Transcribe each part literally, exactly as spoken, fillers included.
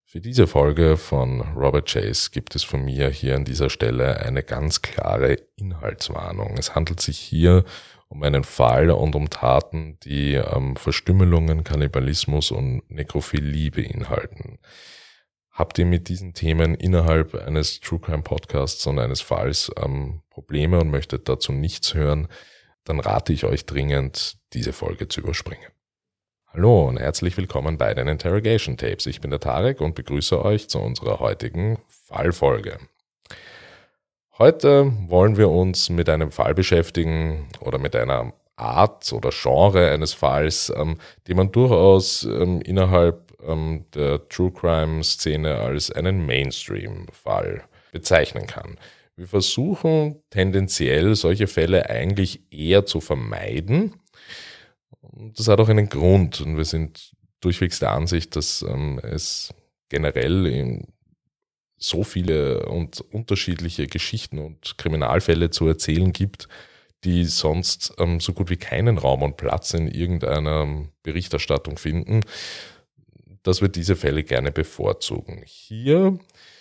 Für diese Folge von Robert Chase gibt es von mir hier an dieser Stelle eine ganz klare Inhaltswarnung. Es handelt sich hier um einen Fall und um Taten, die ähm, Verstümmelungen, Kannibalismus und Nekrophilie beinhalten. Habt ihr mit diesen Themen innerhalb eines True Crime Podcasts und eines Falls ähm, Probleme und möchtet dazu nichts hören, dann rate ich euch dringend, diese Folge zu überspringen. Hallo und herzlich willkommen bei den Interrogation Tapes. Ich bin der Tarek und begrüße euch zu unserer heutigen Fallfolge. Heute wollen wir uns mit einem Fall beschäftigen oder mit einer Art oder Genre eines Falls, ähm, den man durchaus ähm, innerhalb ähm, der True Crime Szene als einen Mainstream-Fall bezeichnen kann. Wir versuchen tendenziell solche Fälle eigentlich eher zu vermeiden. Das hat auch einen Grund und wir sind durchwegs der Ansicht, dass ähm, es generell in so viele und unterschiedliche Geschichten und Kriminalfälle zu erzählen gibt, die sonst ähm, so gut wie keinen Raum und Platz in irgendeiner Berichterstattung finden, dass wir diese Fälle gerne bevorzugen. Hier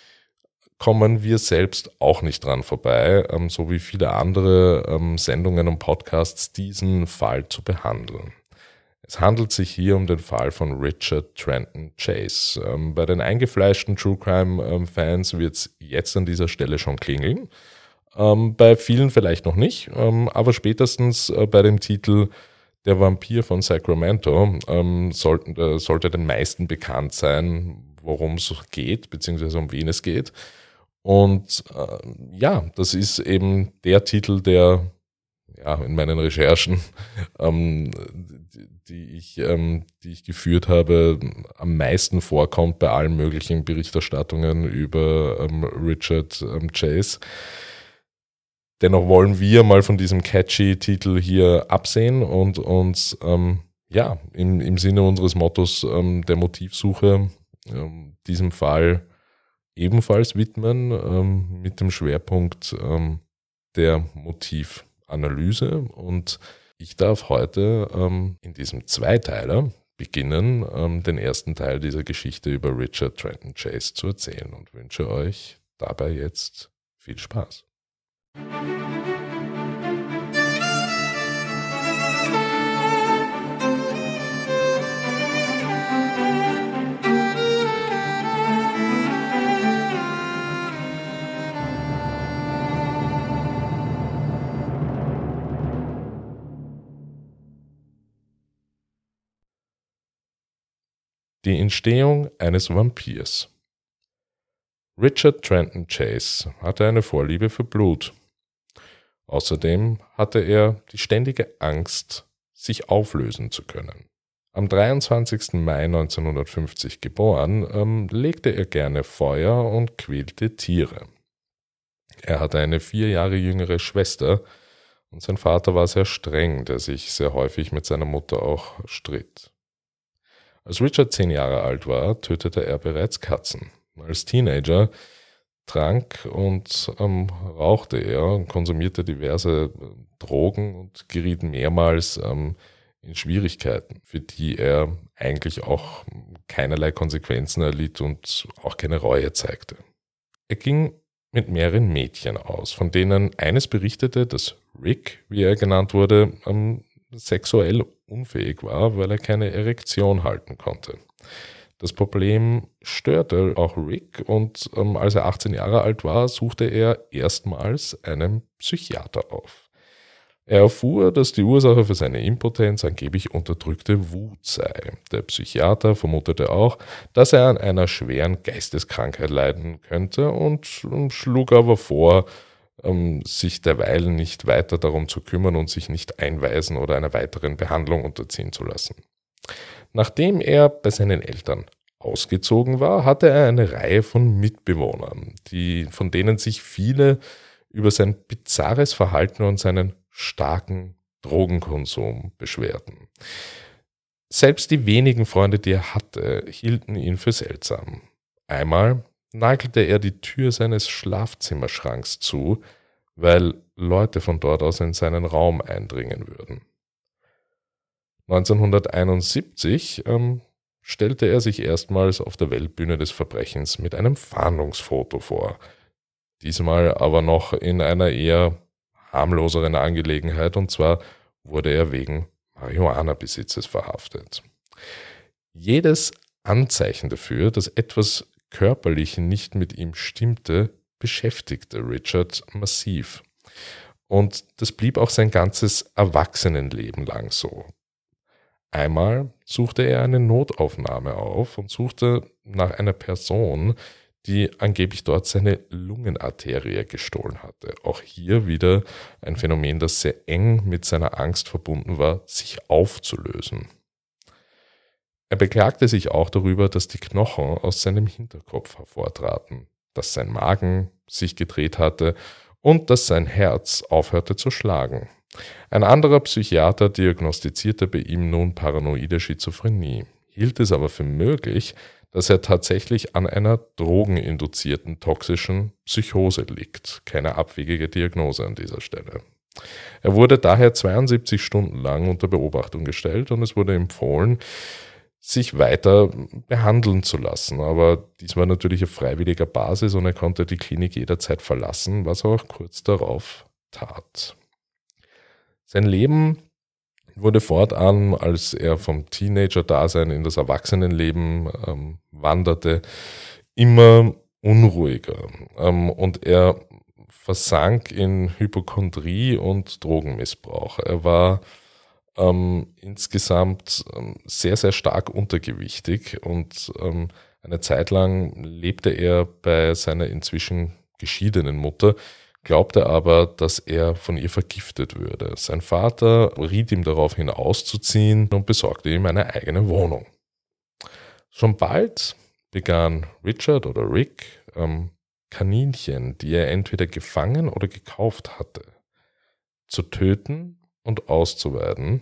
kommen wir selbst auch nicht dran vorbei, ähm, so wie viele andere ähm, Sendungen und Podcasts, diesen Fall zu behandeln. Es handelt sich hier um den Fall von Richard Trenton Chase. Ähm, bei den eingefleischten True Crime ähm, Fans wird es jetzt an dieser Stelle schon klingeln. Ähm, bei vielen vielleicht noch nicht, ähm, aber spätestens äh, bei dem Titel Der Vampir von Sacramento ähm, sollten, äh, sollte den meisten bekannt sein, worum es geht, beziehungsweise um wen es geht. Und äh, ja, das ist eben der Titel, der ja, in meinen Recherchen, ähm, die, die, ich, ähm, die ich geführt habe, am meisten vorkommt bei allen möglichen Berichterstattungen über ähm, Richard ähm, Chase. Dennoch wollen wir mal von diesem catchy Titel hier absehen und uns ähm, ja, im, im Sinne unseres Mottos ähm, der Motivsuche ähm, diesem Fall ebenfalls widmen, ähm, mit dem Schwerpunkt ähm, der Motivanalyse. Und ich darf heute ähm, in diesem Zweiteiler beginnen, ähm, den ersten Teil dieser Geschichte über Richard Trenton Chase zu erzählen und wünsche euch dabei jetzt viel Spaß. Die Entstehung eines Vampirs. Richard Trenton Chase hatte eine Vorliebe für Blut. Außerdem hatte er die ständige Angst, sich auflösen zu können. Am dreiundzwanzigsten Mai neunzehnhundertfünfzig geboren, ähm, legte er gerne Feuer und quälte Tiere. Er hatte eine vier Jahre jüngere Schwester und sein Vater war sehr streng, der sich sehr häufig mit seiner Mutter auch stritt. Als Richard zehn Jahre alt war, tötete er bereits Katzen. Als Teenager trank und ähm, rauchte er und konsumierte diverse äh, Drogen und geriet mehrmals ähm, in Schwierigkeiten, für die er eigentlich auch keinerlei Konsequenzen erlitt und auch keine Reue zeigte. Er ging mit mehreren Mädchen aus, von denen eines berichtete, dass Rick, wie er genannt wurde, ähm, sexuell unfähig war, weil er keine Erektion halten konnte. Das Problem störte auch Rick und ähm, als er achtzehn Jahre alt war, suchte er erstmals einen Psychiater auf. Er erfuhr, dass die Ursache für seine Impotenz angeblich unterdrückte Wut sei. Der Psychiater vermutete auch, dass er an einer schweren Geisteskrankheit leiden könnte und ähm, schlug aber vor, ähm, sich derweil nicht weiter darum zu kümmern und sich nicht einweisen oder einer weiteren Behandlung unterziehen zu lassen. Nachdem er bei seinen Eltern ausgezogen war, hatte er eine Reihe von Mitbewohnern, die, von denen sich viele über sein bizarres Verhalten und seinen starken Drogenkonsum beschwerten. Selbst die wenigen Freunde, die er hatte, hielten ihn für seltsam. Einmal nagelte er die Tür seines Schlafzimmerschranks zu, weil Leute von dort aus in seinen Raum eindringen würden. neunzehnhunderteinundsiebzig ähm, stellte er sich erstmals auf der Weltbühne des Verbrechens mit einem Fahndungsfoto vor. Diesmal aber noch in einer eher harmloseren Angelegenheit, und zwar wurde er wegen Marihuana-Besitzes verhaftet. Jedes Anzeichen dafür, dass etwas körperlich nicht mit ihm stimmte, beschäftigte Richard massiv. Und das blieb auch sein ganzes Erwachsenenleben lang so. Einmal suchte er eine Notaufnahme auf und suchte nach einer Person, die angeblich dort seine Lungenarterie gestohlen hatte. Auch hier wieder ein Phänomen, das sehr eng mit seiner Angst verbunden war, sich aufzulösen. Er beklagte sich auch darüber, dass die Knochen aus seinem Hinterkopf hervortraten, dass sein Magen sich gedreht hatte und dass sein Herz aufhörte zu schlagen. Ein anderer Psychiater diagnostizierte bei ihm nun paranoide Schizophrenie, hielt es aber für möglich, dass er tatsächlich an einer drogeninduzierten toxischen Psychose liegt. Keine abwegige Diagnose an dieser Stelle. Er wurde daher zweiundsiebzig Stunden lang unter Beobachtung gestellt und es wurde empfohlen, sich weiter behandeln zu lassen. Aber dies war natürlich auf freiwilliger Basis und er konnte die Klinik jederzeit verlassen, was er auch kurz darauf tat. Sein Leben wurde fortan, als er vom Teenager-Dasein in das Erwachsenenleben ähm, wanderte, immer unruhiger. Ähm, und er versank in Hypochondrie und Drogenmissbrauch. Er war ähm, insgesamt ähm, sehr, sehr stark untergewichtig und ähm, eine Zeit lang lebte er bei seiner inzwischen geschiedenen Mutter, glaubte aber, dass er von ihr vergiftet würde. Sein Vater riet ihm daraufhin auszuziehen und besorgte ihm eine eigene Wohnung. Schon bald begann Richard oder Rick ähm, Kaninchen, die er entweder gefangen oder gekauft hatte, zu töten und auszuweiden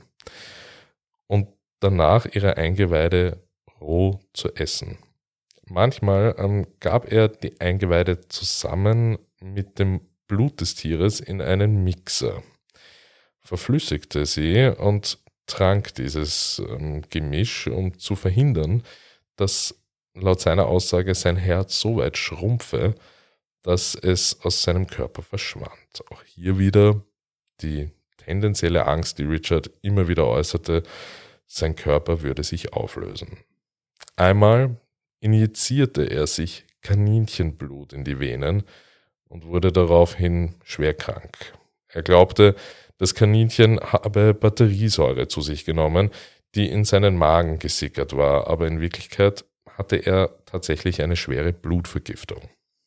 und danach ihre Eingeweide roh zu essen. Manchmal ähm, gab er die Eingeweide zusammen mit dem Blut des Tieres in einen Mixer, verflüssigte sie und trank dieses ähm, Gemisch, um zu verhindern, dass laut seiner Aussage sein Herz so weit schrumpfe, dass es aus seinem Körper verschwand. Auch hier wieder die tendenzielle Angst, die Richard immer wieder äußerte, sein Körper würde sich auflösen. Einmal injizierte er sich Kaninchenblut in die Venen und wurde daraufhin schwer krank. Er glaubte, das Kaninchen habe Batteriesäure zu sich genommen, die in seinen Magen gesickert war, aber in Wirklichkeit hatte er tatsächlich eine schwere Blutvergiftung.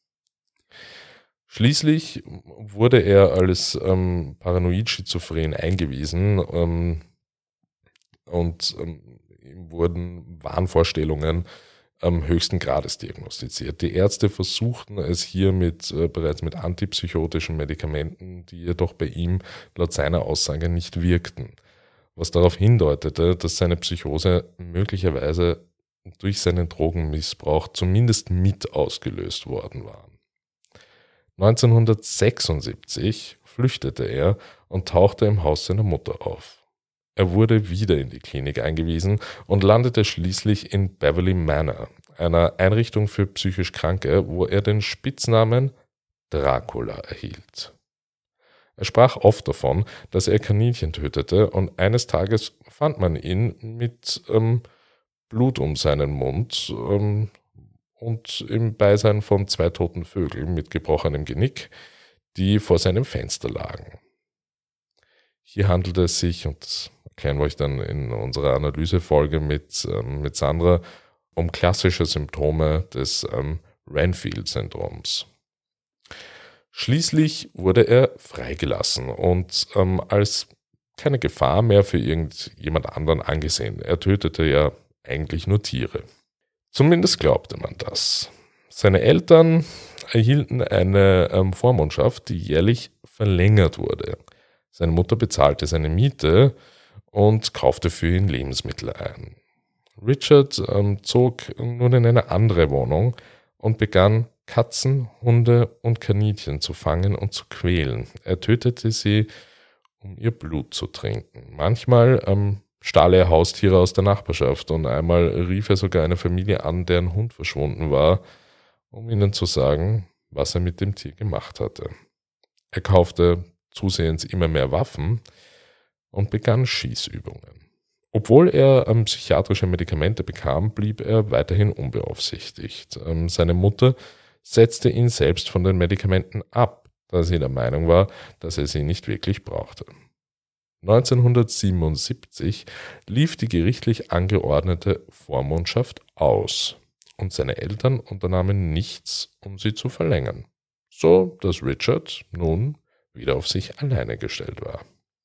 Schließlich wurde er als ähm, paranoid-schizophren eingewiesen ähm, und ähm, ihm wurden Wahnvorstellungen am höchsten Grades diagnostiziert. Die Ärzte versuchten es hier mit, äh, bereits mit antipsychotischen Medikamenten, die jedoch bei ihm laut seiner Aussage nicht wirkten, was darauf hindeutete, dass seine Psychose möglicherweise durch seinen Drogenmissbrauch zumindest mit ausgelöst worden war. neunzehnhundertsechsundsiebzig flüchtete er und tauchte im Haus seiner Mutter auf. Er wurde wieder in die Klinik eingewiesen und landete schließlich in Beverly Manor, einer Einrichtung für psychisch Kranke, wo er den Spitznamen Dracula erhielt. Er sprach oft davon, dass er Kaninchen tötete und eines Tages fand man ihn mit ähm, Blut um seinen Mund ähm, und im Beisein von zwei toten Vögeln mit gebrochenem Genick, die vor seinem Fenster lagen. Hier handelte es sich, und das erklären wir euch dann in unserer Analysefolge mit, ähm, mit Sandra, um klassische Symptome des ähm, Renfield-Syndroms. Schließlich wurde er freigelassen und ähm, als keine Gefahr mehr für irgendjemand anderen angesehen. Er tötete ja eigentlich nur Tiere. Zumindest glaubte man das. Seine Eltern erhielten eine ähm, Vormundschaft, die jährlich verlängert wurde. Seine Mutter bezahlte seine Miete und kaufte für ihn Lebensmittel ein. Richard ähm, zog nun in eine andere Wohnung und begann, Katzen, Hunde und Kaninchen zu fangen und zu quälen. Er tötete sie, um ihr Blut zu trinken. Manchmal ähm, stahl er Haustiere aus der Nachbarschaft und einmal rief er sogar eine Familie an, deren Hund verschwunden war, um ihnen zu sagen, was er mit dem Tier gemacht hatte. Er kaufte zusehends immer mehr Waffen und begann Schießübungen. Obwohl er ähm, psychiatrische Medikamente bekam, blieb er weiterhin unbeaufsichtigt. Ähm, seine Mutter setzte ihn selbst von den Medikamenten ab, da sie der Meinung war, dass er sie nicht wirklich brauchte. neunzehnhundertsiebenundsiebzig lief die gerichtlich angeordnete Vormundschaft aus und seine Eltern unternahmen nichts, um sie zu verlängern, so dass Richard nun wieder auf sich alleine gestellt war.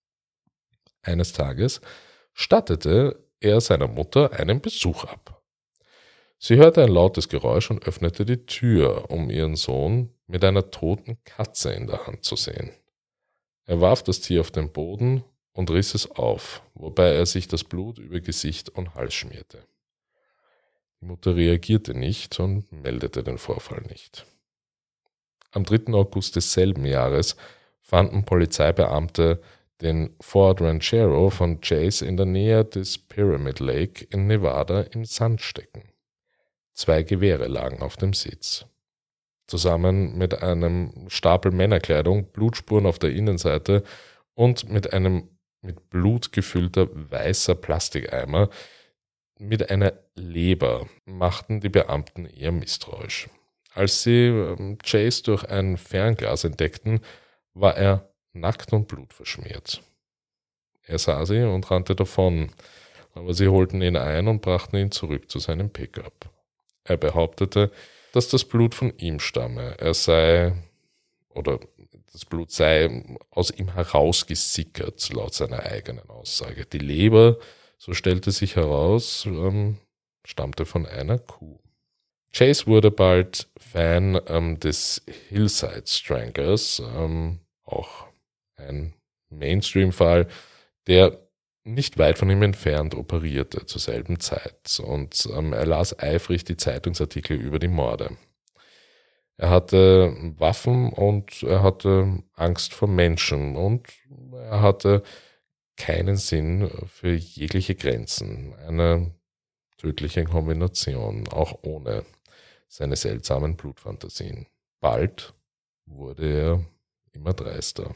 Eines Tages stattete er seiner Mutter einen Besuch ab. Sie hörte ein lautes Geräusch und öffnete die Tür, um ihren Sohn mit einer toten Katze in der Hand zu sehen. Er warf das Tier auf den Boden und riss es auf, wobei er sich das Blut über Gesicht und Hals schmierte. Die Mutter reagierte nicht und meldete den Vorfall nicht. Am dritten August desselben Jahres fanden Polizeibeamte den Ford Ranchero von Chase in der Nähe des Pyramid Lake in Nevada im Sand stecken. Zwei Gewehre lagen auf dem Sitz. Zusammen mit einem Stapel Männerkleidung, Blutspuren auf der Innenseite und mit einem mit Blut gefüllter weißer Plastikeimer mit einer Leber machten die Beamten eher misstrauisch. Als sie Chase durch ein Fernglas entdeckten, war er nackt und blutverschmiert. Er sah sie und rannte davon, aber sie holten ihn ein und brachten ihn zurück zu seinem Pickup. Er behauptete, dass das Blut von ihm stamme. Er sei, oder das Blut sei aus ihm herausgesickert, laut seiner eigenen Aussage. Die Leber, so stellte sich heraus, ähm, stammte von einer Kuh. Chase wurde bald Fan ähm, des Hillside Stranglers, ähm, auch ein Mainstream-Fall, der nicht weit von ihm entfernt operierte zur selben Zeit. Und ähm, er las eifrig die Zeitungsartikel über die Morde. Er hatte Waffen und er hatte Angst vor Menschen und er hatte keinen Sinn für jegliche Grenzen. Eine tödliche Kombination, auch ohne seine seltsamen Blutfantasien. Bald wurde er immer dreister.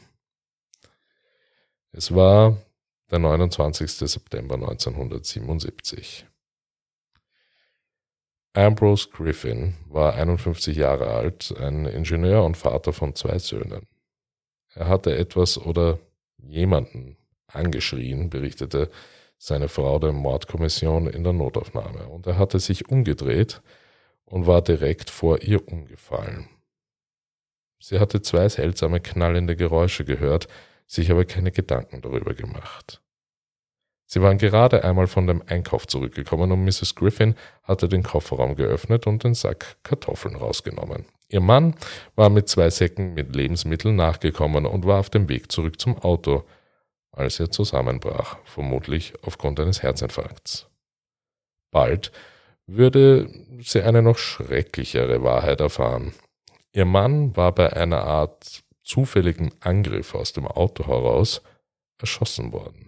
Es war der neunundzwanzigster September neunzehnhundertsiebenundsiebzig. Ambrose Griffin war einundfünfzig Jahre alt, ein Ingenieur und Vater von zwei Söhnen. Er hatte etwas oder jemanden angeschrien, berichtete seine Frau der Mordkommission in der Notaufnahme, und er hatte sich umgedreht und war direkt vor ihr umgefallen. Sie hatte zwei seltsame knallende Geräusche gehört, sich aber keine Gedanken darüber gemacht. Sie waren gerade einmal von dem Einkauf zurückgekommen und Misses Griffin hatte den Kofferraum geöffnet und den Sack Kartoffeln rausgenommen. Ihr Mann war mit zwei Säcken mit Lebensmitteln nachgekommen und war auf dem Weg zurück zum Auto, als er zusammenbrach, vermutlich aufgrund eines Herzinfarkts. Bald würde sie eine noch schrecklichere Wahrheit erfahren. Ihr Mann war bei einer Art zufälligen Angriff aus dem Auto heraus erschossen worden.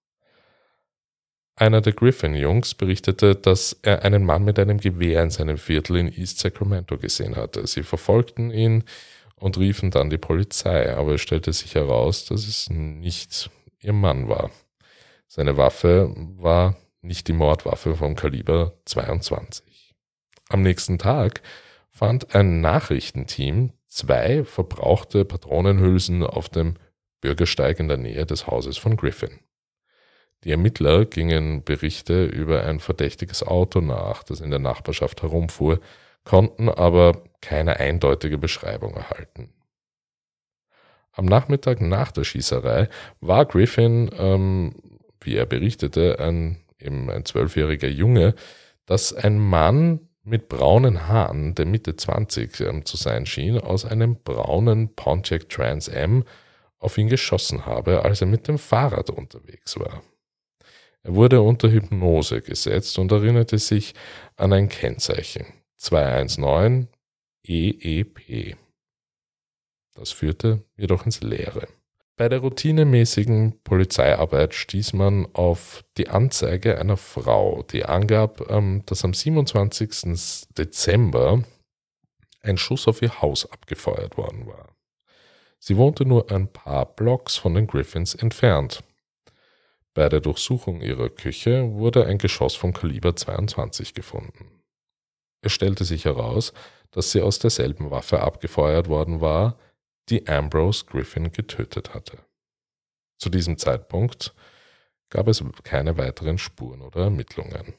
Einer der Griffin-Jungs berichtete, dass er einen Mann mit einem Gewehr in seinem Viertel in East Sacramento gesehen hatte. Sie verfolgten ihn und riefen dann die Polizei, aber es stellte sich heraus, dass es nicht ihr Mann war. Seine Waffe war nicht die Mordwaffe vom Kaliber zweiundzwanzig. Am nächsten Tag fand ein Nachrichtenteam zwei verbrauchte Patronenhülsen auf dem Bürgersteig in der Nähe des Hauses von Griffin. Die Ermittler gingen Berichte über ein verdächtiges Auto nach, das in der Nachbarschaft herumfuhr, konnten aber keine eindeutige Beschreibung erhalten. Am Nachmittag nach der Schießerei war Griffin, ähm, wie er berichtete, ein, eben ein zwölfjähriger Junge, dass ein Mann mit braunen Haaren, der Mitte zwanzig ähm, zu sein schien, aus einem braunen Pontiac Trans Am auf ihn geschossen habe, als er mit dem Fahrrad unterwegs war. Er wurde unter Hypnose gesetzt und erinnerte sich an ein Kennzeichen zweihundertneunzehn E E P. Das führte jedoch ins Leere. Bei der routinemäßigen Polizeiarbeit stieß man auf die Anzeige einer Frau, die angab, ähm, dass am siebenundzwanzigsten Dezember ein Schuss auf ihr Haus abgefeuert worden war. Sie wohnte nur ein paar Blocks von den Griffins entfernt. Bei der Durchsuchung ihrer Küche wurde ein Geschoss vom Kaliber zweiundzwanzig gefunden. Es stellte sich heraus, dass sie aus derselben Waffe abgefeuert worden war, die Ambrose Griffin getötet hatte. Zu diesem Zeitpunkt gab es keine weiteren Spuren oder Ermittlungen.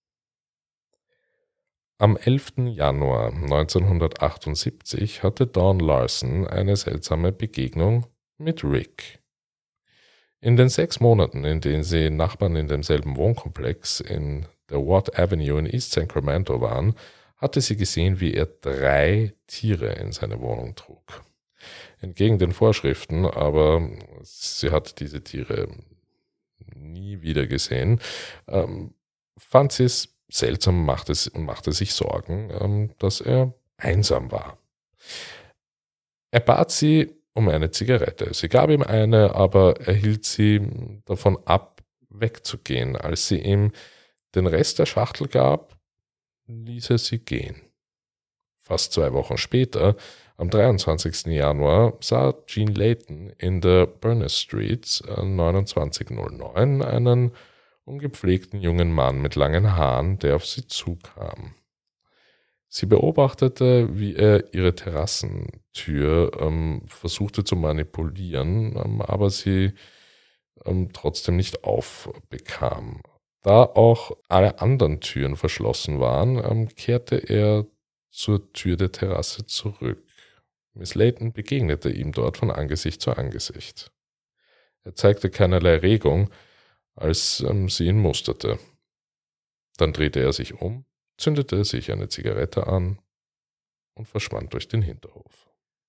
Am elften Januar neunzehnhundertachtundsiebzig hatte Dawn Larson eine seltsame Begegnung mit Rick. In den sechs Monaten, in denen sie Nachbarn in demselben Wohnkomplex in der Watt Avenue in East Sacramento waren, hatte sie gesehen, wie er drei Tiere in seine Wohnung trug. Entgegen den Vorschriften, aber sie hat diese Tiere nie wieder gesehen, ähm, fand sie es seltsam, machte, machte sich Sorgen, ähm, dass er einsam war. Er bat sie um eine Zigarette. Sie gab ihm eine, aber er hielt sie davon ab, wegzugehen. Als sie ihm den Rest der Schachtel gab, ließ er sie gehen. Fast zwei Wochen später, am dreiundzwanzigsten Januar, sah Jean Layton in der Burness Street neunundzwanzig null neun einen ungepflegten jungen Mann mit langen Haaren, der auf sie zukam. Sie beobachtete, wie er ihre Terrassentür ähm, versuchte zu manipulieren, ähm, aber sie ähm, trotzdem nicht aufbekam. Da auch alle anderen Türen verschlossen waren, ähm, kehrte er zur Tür der Terrasse zurück. Miss Layton begegnete ihm dort von Angesicht zu Angesicht. Er zeigte keinerlei Regung, als ähm, sie ihn musterte. Dann drehte er sich um, zündete sich eine Zigarette an und verschwand durch den Hinterhof.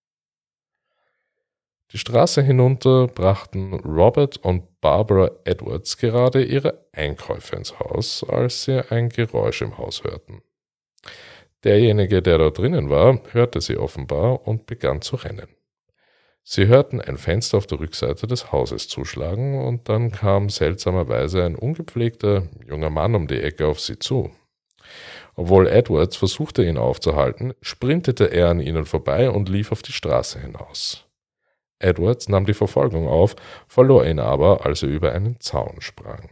Die Straße hinunter brachten Robert und Barbara Edwards gerade ihre Einkäufe ins Haus, als sie ein Geräusch im Haus hörten. Derjenige, der da drinnen war, hörte sie offenbar und begann zu rennen. Sie hörten ein Fenster auf der Rückseite des Hauses zuschlagen und dann kam seltsamerweise ein ungepflegter junger Mann um die Ecke auf sie zu. Obwohl Edwards versuchte, ihn aufzuhalten, sprintete er an ihnen vorbei und lief auf die Straße hinaus. Edwards nahm die Verfolgung auf, verlor ihn aber, als er über einen Zaun sprang.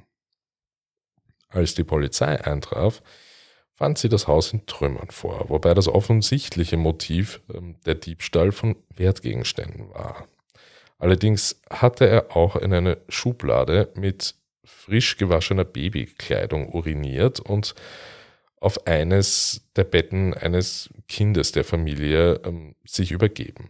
Als die Polizei eintraf, fand sie das Haus in Trümmern vor, wobei das offensichtliche Motiv ähm, der Diebstahl von Wertgegenständen war. Allerdings hatte er auch in eine Schublade mit frisch gewaschener Babykleidung uriniert und auf eines der Betten eines Kindes der Familie ähm, sich übergeben.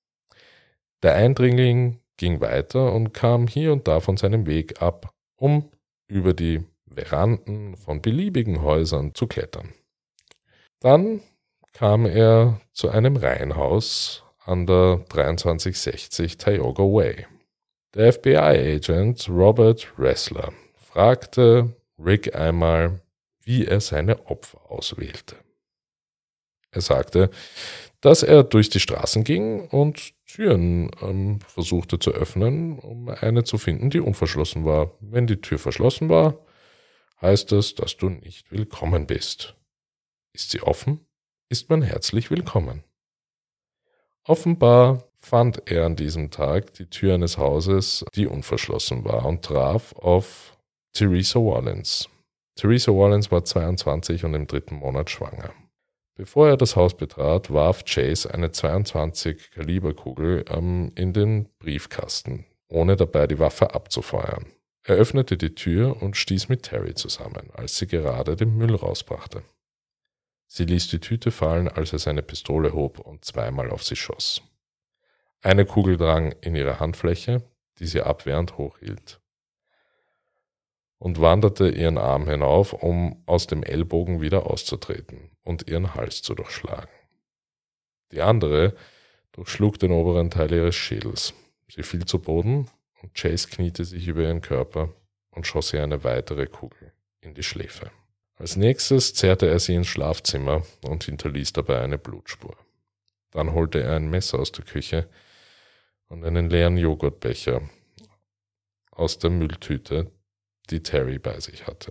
Der Eindringling ging weiter und kam hier und da von seinem Weg ab, um über die Veranden von beliebigen Häusern zu klettern. Dann kam er zu einem Reihenhaus an der dreiundzwanzig sechzig Tioga Way. Der F B I-Agent Robert Ressler fragte Rick einmal, wie er seine Opfer auswählte. Er sagte, dass er durch die Straßen ging und Türen ähm, versuchte zu öffnen, um eine zu finden, die unverschlossen war. Wenn die Tür verschlossen war, heißt es, dass du nicht willkommen bist. Ist sie offen, ist man herzlich willkommen. Offenbar fand er an diesem Tag die Tür eines Hauses, die unverschlossen war, und traf auf Teresa Wallens. Teresa Wallens war zweiundzwanzig und im dritten Monat schwanger. Bevor er das Haus betrat, warf Chase eine zweiundzwanzig Kaliber Kugel ähm, in den Briefkasten, ohne dabei die Waffe abzufeuern. Er öffnete die Tür und stieß mit Terry zusammen, als sie gerade den Müll rausbrachte. Sie ließ die Tüte fallen, als er seine Pistole hob und zweimal auf sie schoss. Eine Kugel drang in ihre Handfläche, die sie abwehrend hochhielt, und wanderte ihren Arm hinauf, um aus dem Ellbogen wieder auszutreten und ihren Hals zu durchschlagen. Die andere durchschlug den oberen Teil ihres Schädels. Sie fiel zu Boden und Chase kniete sich über ihren Körper und schoss ihr eine weitere Kugel in die Schläfe. Als nächstes zerrte er sie ins Schlafzimmer und hinterließ dabei eine Blutspur. Dann holte er ein Messer aus der Küche und einen leeren Joghurtbecher aus der Mülltüte, die Terry bei sich hatte.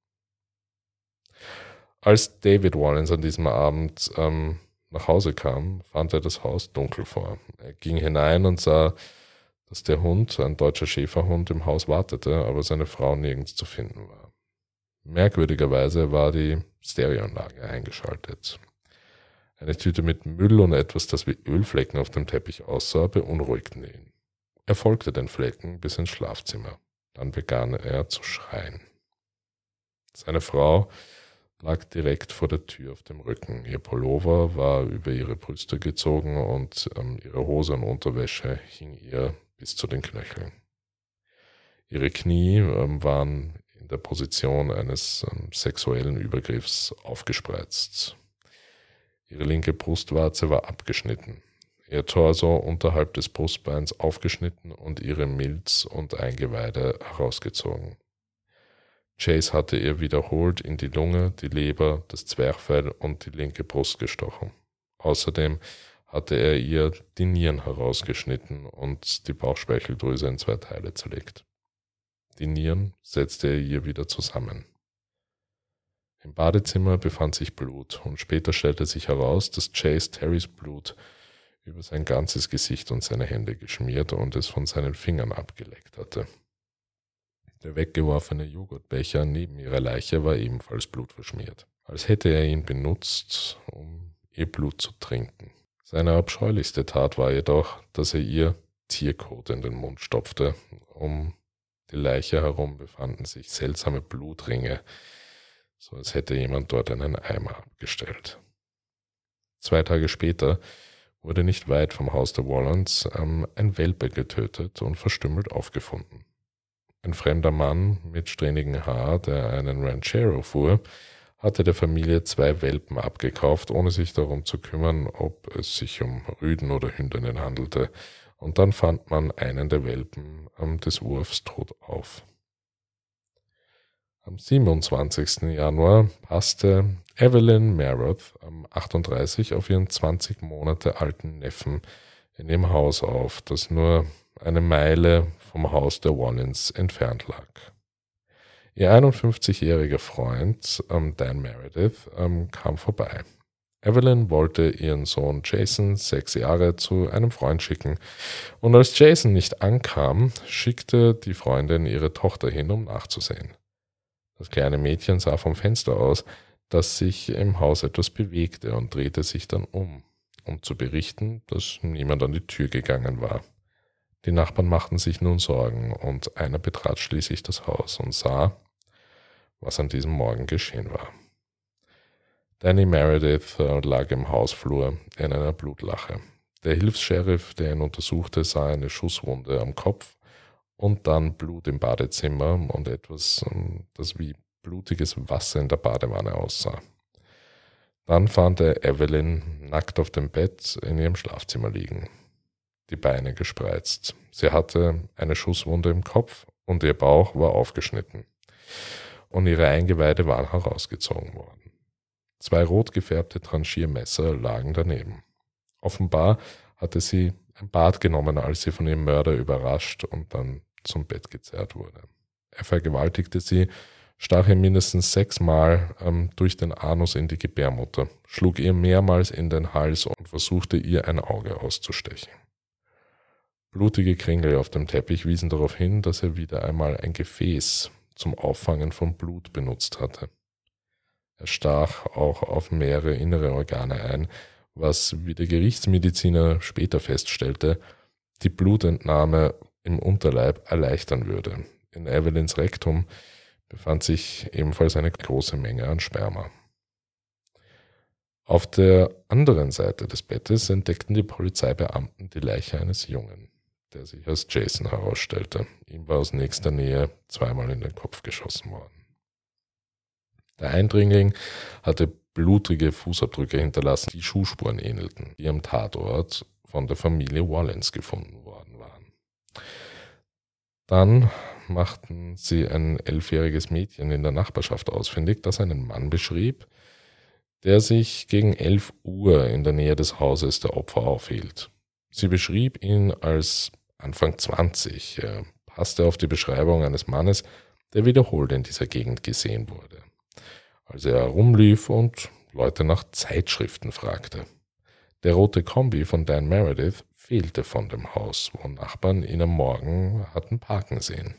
Als David Wallens an diesem Abend ähm, nach Hause kam, fand er das Haus dunkel vor. Er ging hinein und sah, dass der Hund, ein deutscher Schäferhund, im Haus wartete, aber seine Frau nirgends zu finden war. Merkwürdigerweise war die Stereoanlage eingeschaltet. Eine Tüte mit Müll und etwas, das wie Ölflecken auf dem Teppich aussah, beunruhigten ihn. Er folgte den Flecken bis ins Schlafzimmer. Dann begann er zu schreien. Seine Frau lag direkt vor der Tür auf dem Rücken. Ihr Pullover war über ihre Brüste gezogen und ähm, ihre Hose und Unterwäsche hing ihr bis zu den Knöcheln. Ihre Knie ähm, waren in der Position eines ähm, sexuellen Übergriffs aufgespreizt. Ihre linke Brustwarze war abgeschnitten, ihr Torso unterhalb des Brustbeins aufgeschnitten und ihre Milz und Eingeweide herausgezogen. Chase hatte ihr wiederholt in die Lunge, die Leber, das Zwerchfell und die linke Brust gestochen. Außerdem hatte er ihr die Nieren herausgeschnitten und die Bauchspeicheldrüse in zwei Teile zerlegt. Die Nieren setzte er ihr wieder zusammen. Im Badezimmer befand sich Blut und später stellte sich heraus, dass Chase Terrys Blut über sein ganzes Gesicht und seine Hände geschmiert und es von seinen Fingern abgeleckt hatte. Der weggeworfene Joghurtbecher neben ihrer Leiche war ebenfalls blutverschmiert, als hätte er ihn benutzt, um ihr Blut zu trinken. Seine abscheulichste Tat war jedoch, dass er ihr Tierkot in den Mund stopfte. Um die Leiche herum befanden sich seltsame Blutringe, so als hätte jemand dort einen Eimer abgestellt. Zwei Tage später wurde nicht weit vom Haus der Wallens ähm, ein Welpe getötet und verstümmelt aufgefunden. Ein fremder Mann mit strähnigem Haar, der einen Ranchero fuhr, hatte der Familie zwei Welpen abgekauft, ohne sich darum zu kümmern, ob es sich um Rüden oder Hündinnen handelte, und dann fand man einen der Welpen ähm, des Wurfs tot auf. Am siebenundzwanzigsten Januar passte Evelyn Meroth, ähm, achtunddreißig, auf ihren zwanzig Monate alten Neffen in dem Haus auf, das nur eine Meile vom Haus der Wallens entfernt lag. Ihr einundfünfzigjähriger Freund, ähm, Dan Meredith, ähm, kam vorbei. Evelyn wollte ihren Sohn Jason, sechs Jahre, zu einem Freund schicken, und als Jason nicht ankam, schickte die Freundin ihre Tochter hin, um nachzusehen. Das kleine Mädchen sah vom Fenster aus, dass sich im Haus etwas bewegte, und drehte sich dann um, um zu berichten, dass niemand an die Tür gegangen war. Die Nachbarn machten sich nun Sorgen, und einer betrat schließlich das Haus und sah, was an diesem Morgen geschehen war. Danny Meredith lag im Hausflur in einer Blutlache. Der Hilfs-Sheriff, der ihn untersuchte, sah eine Schusswunde am Kopf und dann Blut im Badezimmer und etwas, das wie blutiges Wasser in der Badewanne aussah. Dann fand er Evelyn nackt auf dem Bett in ihrem Schlafzimmer liegen, die Beine gespreizt. Sie hatte eine Schusswunde im Kopf und ihr Bauch war aufgeschnitten und ihre Eingeweide waren herausgezogen worden. Zwei rot gefärbte Tranchiermesser lagen daneben. Offenbar hatte sie ein Bad genommen, als sie von ihrem Mörder überrascht und dann zum Bett gezerrt wurde. Er vergewaltigte sie, stach ihr mindestens sechsmal ähm, durch den Anus in die Gebärmutter, schlug ihr mehrmals in den Hals und versuchte ihr ein Auge auszustechen. Blutige Kringel auf dem Teppich wiesen darauf hin, dass er wieder einmal ein Gefäß zum Auffangen von Blut benutzt hatte. Er stach auch auf mehrere innere Organe ein, was, wie der Gerichtsmediziner später feststellte, die Blutentnahme im Unterleib erleichtern würde. In Evelyns Rektum befand sich ebenfalls eine große Menge an Sperma. Auf der anderen Seite des Bettes entdeckten die Polizeibeamten die Leiche eines Jungen, der sich als Jason herausstellte. Ihm war aus nächster Nähe zweimal in den Kopf geschossen worden. Der Eindringling hatte blutige Fußabdrücke hinterlassen, die Schuhspuren ähnelten, die am Tatort von der Familie Wallens gefunden worden waren. Dann machten sie ein elfjähriges Mädchen in der Nachbarschaft ausfindig, das einen Mann beschrieb, der sich gegen elf Uhr in der Nähe des Hauses der Opfer aufhielt. Sie beschrieb ihn als Anfang zwanzig. Er passte auf die Beschreibung eines Mannes, der wiederholt in dieser Gegend gesehen wurde, als er herumlief und Leute nach Zeitschriften fragte. Der rote Kombi von Dan Meredith fehlte von dem Haus, wo Nachbarn ihn am Morgen hatten parken sehen.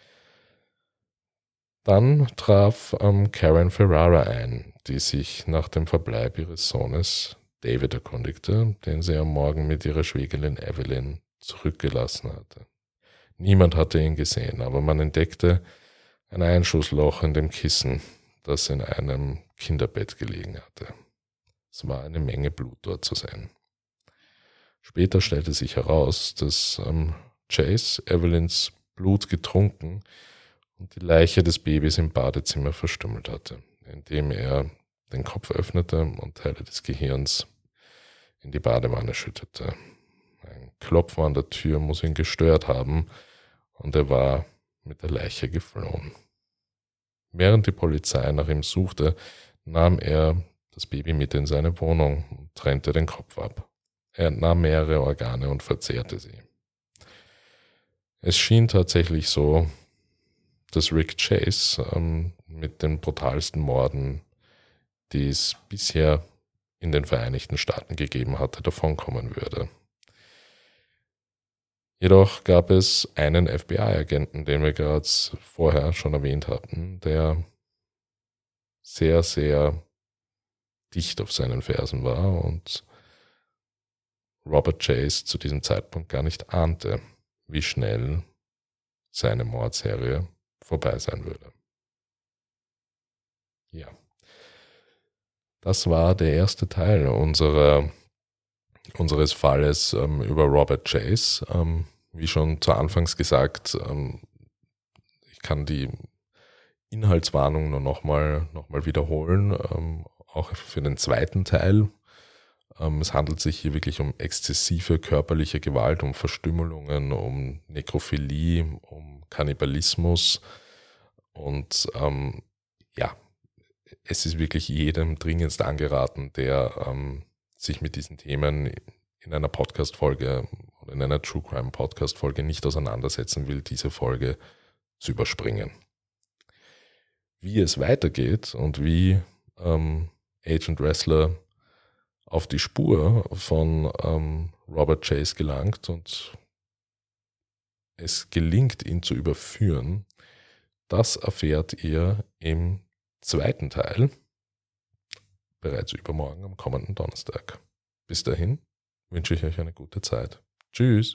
Dann traf ähm, Karen Ferrara ein, die sich nach dem Verbleib ihres Sohnes David erkundigte, den sie am Morgen mit ihrer Schwägerin Evelyn zurückgelassen hatte. Niemand hatte ihn gesehen, aber man entdeckte ein Einschussloch in dem Kissen, das in einem Kinderbett gelegen hatte. Es war eine Menge Blut dort zu sehen. Später stellte sich heraus, dass ähm, Chase Evelyns Blut getrunken und die Leiche des Babys im Badezimmer verstümmelt hatte, indem er den Kopf öffnete und Teile des Gehirns in die Badewanne schüttete. Ein Klopfen an der Tür muss ihn gestört haben und er war mit der Leiche geflohen. Während die Polizei nach ihm suchte, nahm er das Baby mit in seine Wohnung und trennte den Kopf ab. Er entnahm mehrere Organe und verzehrte sie. Es schien tatsächlich so, dass Rick Chase ähm, mit den brutalsten Morden, die es bisher in den Vereinigten Staaten gegeben hatte, davonkommen würde. Jedoch gab es einen F B I-Agenten, den wir gerade vorher schon erwähnt hatten, der sehr, sehr dicht auf seinen Fersen war und Robert Chase zu diesem Zeitpunkt gar nicht ahnte, wie schnell seine Mordserie vorbei sein würde. Ja, das war der erste Teil unserer, unseres Falles ähm, über Robert Chase. Ähm, wie schon zu Anfangs gesagt, ähm, ich kann die Inhaltswarnung nur nochmal noch mal wiederholen, ähm, auch für den zweiten Teil. Ähm, es handelt sich hier wirklich um exzessive körperliche Gewalt, um Verstümmelungen, um Nekrophilie, um Kannibalismus und ähm, ja, es ist wirklich jedem dringendst angeraten, der ähm, sich mit diesen Themen in einer Podcast-Folge oder in einer True Crime Podcast-Folge nicht auseinandersetzen will, diese Folge zu überspringen. Wie es weitergeht und wie ähm, Agent Ressler auf die Spur von ähm, Robert Chase gelangt und es gelingt, ihn zu überführen, das erfährt ihr im zweiten Teil, bereits übermorgen am kommenden Donnerstag. Bis dahin wünsche ich euch eine gute Zeit. Tschüss!